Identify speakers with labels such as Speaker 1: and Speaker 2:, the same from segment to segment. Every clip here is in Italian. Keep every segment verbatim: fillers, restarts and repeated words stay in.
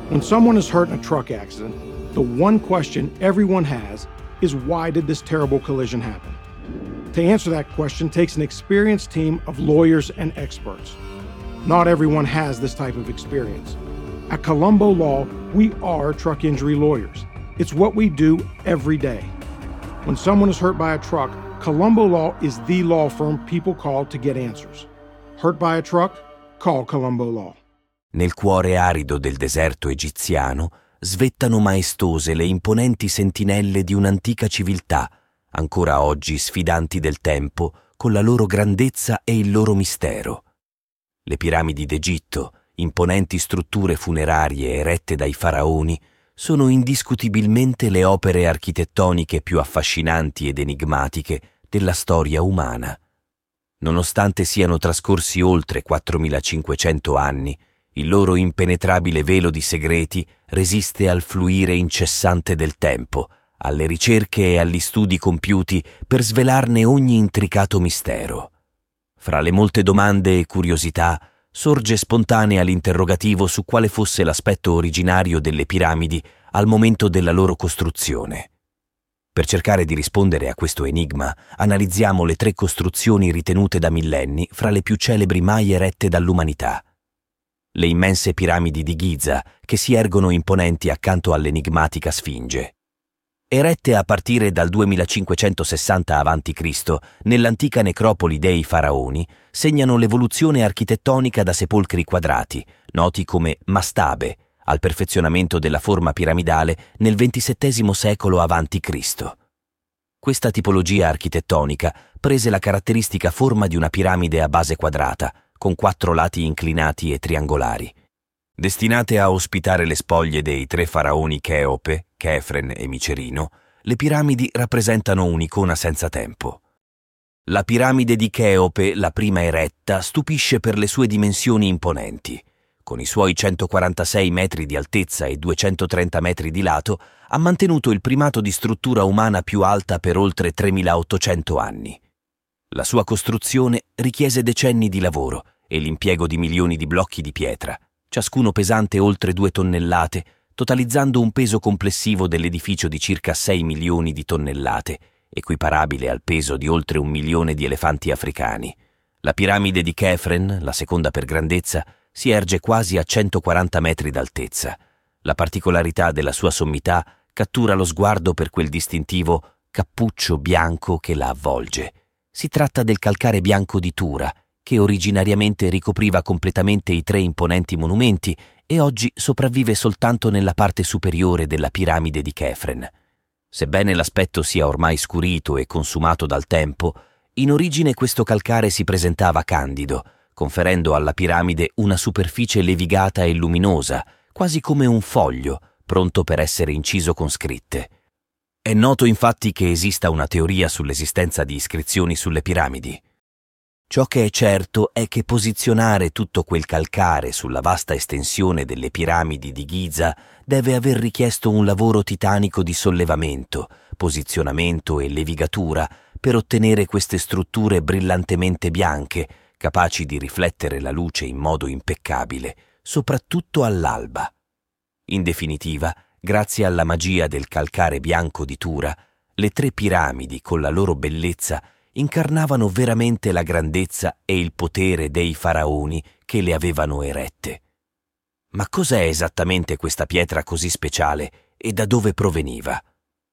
Speaker 1: When someone is hurt in a truck accident, the one question everyone has is, why did this terrible collision happen? To answer that question takes an experienced team of lawyers and experts. Not everyone has this type of experience. At Colombo Law, we are truck injury lawyers. It's what we do every day. When someone is hurt by a truck, Colombo Law is the law firm people call to get answers. Hurt by a truck? Call Colombo Law.
Speaker 2: Nel cuore arido del deserto egiziano svettano maestose le imponenti sentinelle di un'antica civiltà, ancora oggi sfidanti del tempo con la loro grandezza e il loro mistero. Le piramidi d'Egitto, imponenti strutture funerarie erette dai faraoni, sono indiscutibilmente le opere architettoniche più affascinanti ed enigmatiche della storia umana. Nonostante siano trascorsi oltre quattromilacinquecento anni, il loro impenetrabile velo di segreti resiste al fluire incessante del tempo, alle ricerche e agli studi compiuti per svelarne ogni intricato mistero. Fra le molte domande e curiosità, sorge spontanea l'interrogativo su quale fosse l'aspetto originario delle piramidi al momento della loro costruzione. Per cercare di rispondere a questo enigma, analizziamo le tre costruzioni ritenute da millenni fra le più celebri mai erette dall'umanità. Le immense piramidi di Giza, che si ergono imponenti accanto all'enigmatica Sfinge. Erette a partire dal duemilacinquecentosessanta avanti Cristo nell'antica necropoli dei faraoni, segnano l'evoluzione architettonica da sepolcri quadrati, noti come mastabe, al perfezionamento della forma piramidale nel ventisettesimo secolo avanti Cristo. Questa tipologia architettonica prese la caratteristica forma di una piramide a base quadrata, con quattro lati inclinati e triangolari. Destinate a ospitare le spoglie dei tre faraoni Cheope, Chefren e Micerino, le piramidi rappresentano un'icona senza tempo. La piramide di Cheope, la prima eretta, stupisce per le sue dimensioni imponenti. Con i suoi centoquarantasei metri di altezza e duecentotrenta metri di lato, ha mantenuto il primato di struttura umana più alta per oltre tremilaottocento anni. La sua costruzione richiese decenni di lavoro e l'impiego di milioni di blocchi di pietra, ciascuno pesante oltre due tonnellate, totalizzando un peso complessivo dell'edificio di circa sei milioni di tonnellate, equiparabile al peso di oltre un milione di elefanti africani. La piramide di Chefren, la seconda per grandezza, si erge quasi a centoquaranta metri d'altezza. La particolarità della sua sommità cattura lo sguardo per quel distintivo cappuccio bianco che la avvolge. Si tratta del calcare bianco di Tura, che originariamente ricopriva completamente i tre imponenti monumenti e oggi sopravvive soltanto nella parte superiore della piramide di Chefren. Sebbene l'aspetto sia ormai scurito e consumato dal tempo, in origine questo calcare si presentava candido, conferendo alla piramide una superficie levigata e luminosa, quasi come un foglio, pronto per essere inciso con scritte. È noto infatti che esista una teoria sull'esistenza di iscrizioni sulle piramidi. Ciò che è certo è che posizionare tutto quel calcare sulla vasta estensione delle piramidi di Giza deve aver richiesto un lavoro titanico di sollevamento, posizionamento e levigatura per ottenere queste strutture brillantemente bianche, capaci di riflettere la luce in modo impeccabile, soprattutto all'alba. In definitiva, grazie alla magia del calcare bianco di Tura, le tre piramidi, con la loro bellezza, incarnavano veramente la grandezza e il potere dei faraoni che le avevano erette. Ma cos'è esattamente questa pietra così speciale e da dove proveniva?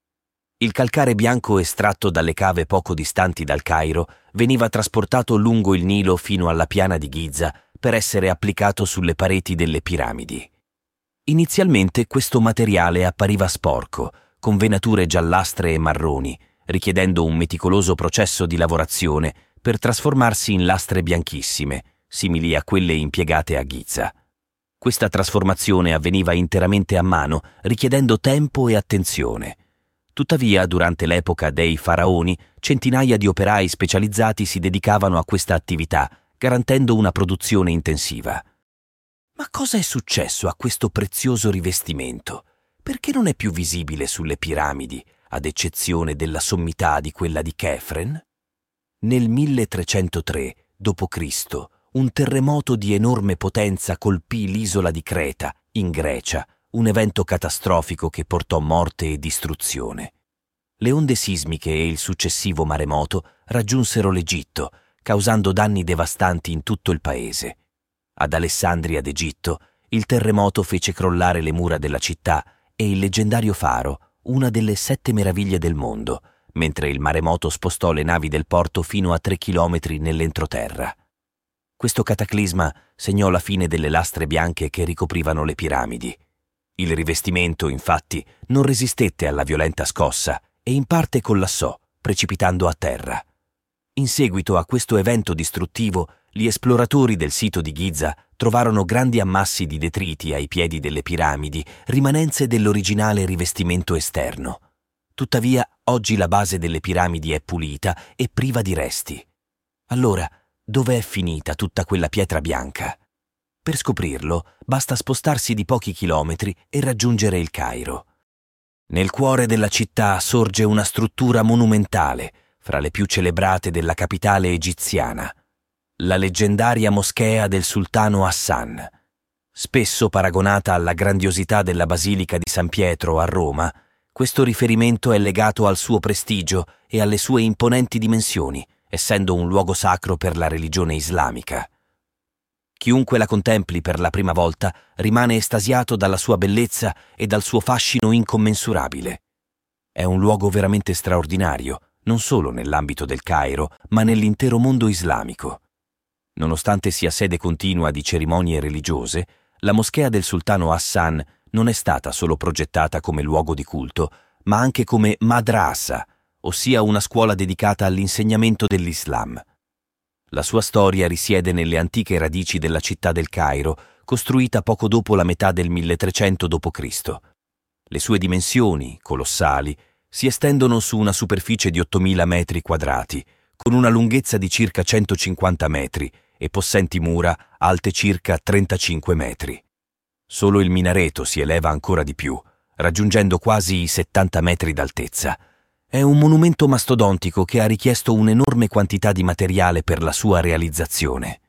Speaker 2: Il calcare bianco estratto dalle cave poco distanti dal Cairo veniva trasportato lungo il Nilo fino alla piana di Giza per essere applicato sulle pareti delle piramidi. Inizialmente questo materiale appariva sporco, con venature giallastre e marroni, richiedendo un meticoloso processo di lavorazione per trasformarsi in lastre bianchissime, simili a quelle impiegate a Giza. Questa trasformazione avveniva interamente a mano, richiedendo tempo e attenzione. Tuttavia, durante l'epoca dei faraoni, centinaia di operai specializzati si dedicavano a questa attività, garantendo una produzione intensiva. Ma cosa è successo a questo prezioso rivestimento? Perché non è più visibile sulle piramidi, ad eccezione della sommità di quella di Chefren? Nel milletrecentotre dopo Cristo, un terremoto di enorme potenza colpì l'isola di Creta, in Grecia, un evento catastrofico che portò morte e distruzione. Le onde sismiche e il successivo maremoto raggiunsero l'Egitto, causando danni devastanti in tutto il paese. Ad Alessandria d'Egitto, il terremoto fece crollare le mura della città e il leggendario faro, una delle sette meraviglie del mondo, mentre il maremoto spostò le navi del porto fino a tre chilometri nell'entroterra. Questo cataclisma segnò la fine delle lastre bianche che ricoprivano le piramidi. Il rivestimento, infatti, non resistette alla violenta scossa e in parte collassò, precipitando a terra. In seguito a questo evento distruttivo, gli esploratori del sito di Giza trovarono grandi ammassi di detriti ai piedi delle piramidi, rimanenze dell'originale rivestimento esterno. Tuttavia, oggi la base delle piramidi è pulita e priva di resti. Allora, dove è finita tutta quella pietra bianca? Per scoprirlo, basta spostarsi di pochi chilometri e raggiungere il Cairo. Nel cuore della città sorge una struttura monumentale, fra le più celebrate della capitale egiziana, la leggendaria moschea del sultano Hassan. Spesso paragonata alla grandiosità della Basilica di San Pietro a Roma, questo riferimento è legato al suo prestigio e alle sue imponenti dimensioni, essendo un luogo sacro per la religione islamica. Chiunque la contempli per la prima volta rimane estasiato dalla sua bellezza e dal suo fascino incommensurabile. È un luogo veramente straordinario, non solo nell'ambito del Cairo, ma nell'intero mondo islamico. Nonostante sia sede continua di cerimonie religiose, la moschea del sultano Hassan non è stata solo progettata come luogo di culto, ma anche come madrasa, ossia una scuola dedicata all'insegnamento dell'Islam. La sua storia risiede nelle antiche radici della città del Cairo, costruita poco dopo la metà del milletrecento dopo Cristo. Le sue dimensioni, colossali, si estendono su una superficie di ottomila metri quadrati, con una lunghezza di circa centocinquanta metri e possenti mura alte circa trentacinque metri. Solo il minareto si eleva ancora di più, raggiungendo quasi i settanta metri d'altezza. È un monumento mastodontico che ha richiesto un'enorme quantità di materiale per la sua realizzazione.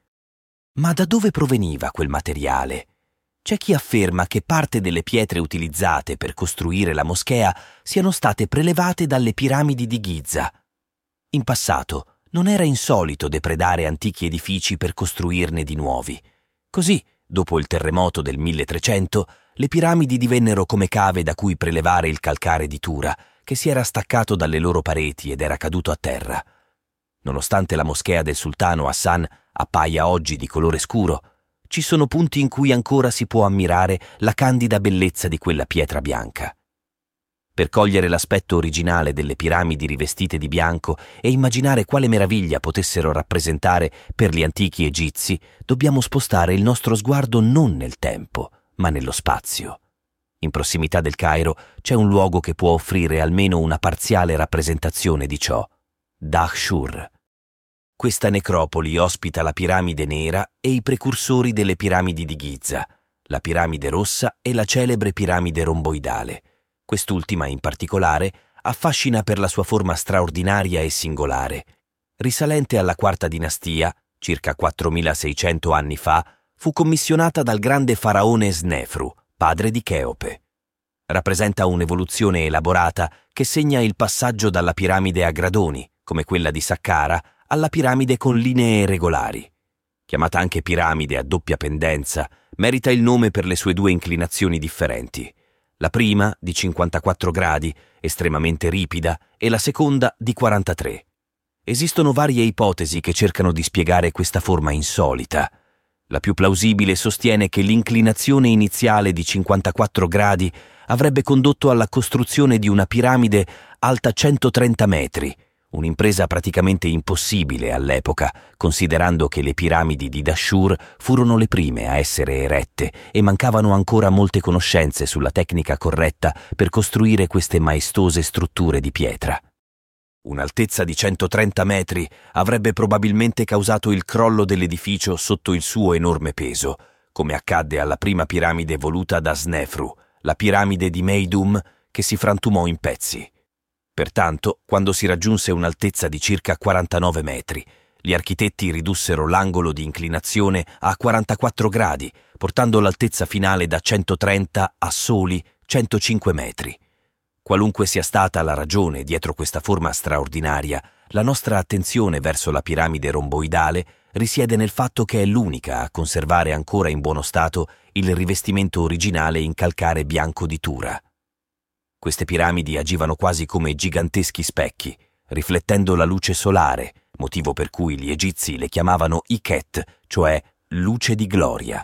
Speaker 2: Ma da dove proveniva quel materiale? C'è chi afferma che parte delle pietre utilizzate per costruire la moschea siano state prelevate dalle piramidi di Giza. In passato non era insolito depredare antichi edifici per costruirne di nuovi. Così, dopo il terremoto del milletrecento, le piramidi divennero come cave da cui prelevare il calcare di Tura, che si era staccato dalle loro pareti ed era caduto a terra. Nonostante la moschea del sultano Hassan appaia oggi di colore scuro, ci sono punti in cui ancora si può ammirare la candida bellezza di quella pietra bianca. Per cogliere l'aspetto originale delle piramidi rivestite di bianco e immaginare quale meraviglia potessero rappresentare per gli antichi egizi, dobbiamo spostare il nostro sguardo non nel tempo, ma nello spazio. In prossimità del Cairo c'è un luogo che può offrire almeno una parziale rappresentazione di ciò: Dahshur. Questa necropoli ospita la piramide nera e i precursori delle piramidi di Giza, la piramide rossa e la celebre piramide romboidale. Quest'ultima, in particolare, affascina per la sua forma straordinaria e singolare. Risalente alla quarta dinastia, circa quattromilaseicento anni fa, fu commissionata dal grande faraone Snefru, padre di Cheope. Rappresenta un'evoluzione elaborata che segna il passaggio dalla piramide a gradoni, come quella di Saqqara, alla piramide con linee regolari. Chiamata anche piramide a doppia pendenza, merita il nome per le sue due inclinazioni differenti. La prima, di cinquantaquattro gradi, estremamente ripida, e la seconda di quarantatré. Esistono varie ipotesi che cercano di spiegare questa forma insolita. La più plausibile sostiene che l'inclinazione iniziale di cinquantaquattro gradi avrebbe condotto alla costruzione di una piramide alta centotrenta metri, un'impresa praticamente impossibile all'epoca, considerando che le piramidi di Dahshur furono le prime a essere erette e mancavano ancora molte conoscenze sulla tecnica corretta per costruire queste maestose strutture di pietra. Un'altezza di centotrenta metri avrebbe probabilmente causato il crollo dell'edificio sotto il suo enorme peso, come accadde alla prima piramide voluta da Snefru, la piramide di Meidum, che si frantumò in pezzi. Pertanto, quando si raggiunse un'altezza di circa quarantanove metri, Gli architetti ridussero l'angolo di inclinazione a quarantaquattro gradi, portando l'altezza finale da centotrenta a soli centocinque metri. Qualunque sia stata la ragione dietro questa forma straordinaria, la nostra attenzione verso la piramide romboidale risiede nel fatto che è l'unica a conservare ancora in buono stato il rivestimento originale in calcare bianco di Tura. Queste piramidi agivano quasi come giganteschi specchi, riflettendo la luce solare, motivo per cui gli egizi le chiamavano Iket, cioè luce di gloria.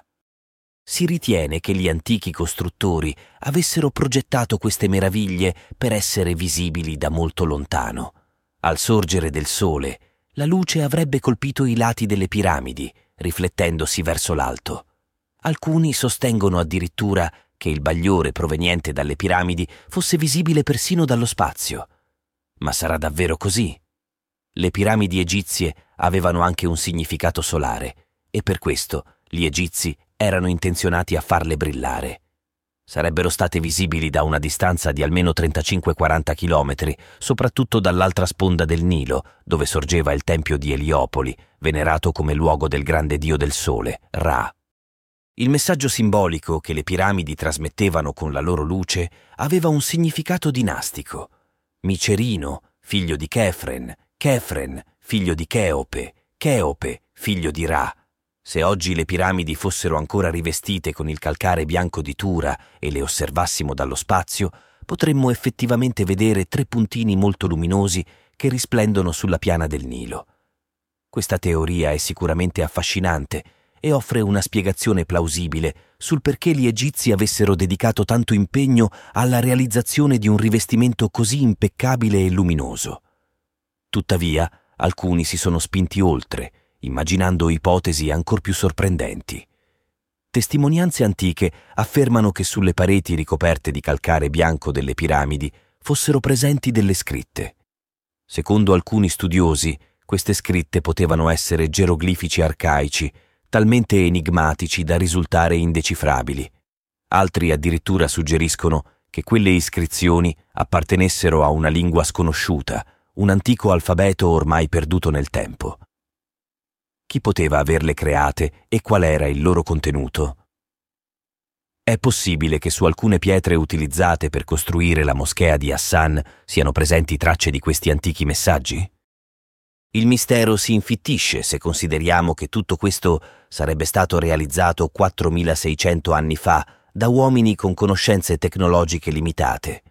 Speaker 2: Si ritiene che gli antichi costruttori avessero progettato queste meraviglie per essere visibili da molto lontano. Al sorgere del sole, la luce avrebbe colpito i lati delle piramidi, riflettendosi verso l'alto. Alcuni sostengono addirittura che il bagliore proveniente dalle piramidi fosse visibile persino dallo spazio. Ma sarà davvero così? Le piramidi egizie avevano anche un significato solare e per questo gli egizi erano intenzionati a farle brillare. Sarebbero state visibili da una distanza di almeno trentacinque quaranta chilometri, soprattutto dall'altra sponda del Nilo, dove sorgeva il tempio di Eliopoli, venerato come luogo del grande dio del sole, Ra. Il messaggio simbolico che le piramidi trasmettevano con la loro luce aveva un significato dinastico. Micerino, figlio di Chefren, Chefren, figlio di Cheope, Cheope, figlio di Ra. Se oggi le piramidi fossero ancora rivestite con il calcare bianco di Tura e le osservassimo dallo spazio, potremmo effettivamente vedere tre puntini molto luminosi che risplendono sulla piana del Nilo. Questa teoria è sicuramente affascinante e offre una spiegazione plausibile sul perché gli egizi avessero dedicato tanto impegno alla realizzazione di un rivestimento così impeccabile e luminoso. Tuttavia, alcuni si sono spinti oltre, immaginando ipotesi ancor più sorprendenti. Testimonianze antiche affermano che sulle pareti ricoperte di calcare bianco delle piramidi fossero presenti delle scritte. Secondo alcuni studiosi, queste scritte potevano essere geroglifici arcaici, talmente enigmatici da risultare indecifrabili. Altri addirittura suggeriscono che quelle iscrizioni appartenessero a una lingua sconosciuta, un antico alfabeto ormai perduto nel tempo. Chi poteva averle create e qual era il loro contenuto? È possibile che su alcune pietre utilizzate per costruire la moschea di Hassan siano presenti tracce di questi antichi messaggi? Il mistero si infittisce se consideriamo che tutto questo sarebbe stato realizzato quattromilaseicento anni fa da uomini con conoscenze tecnologiche limitate.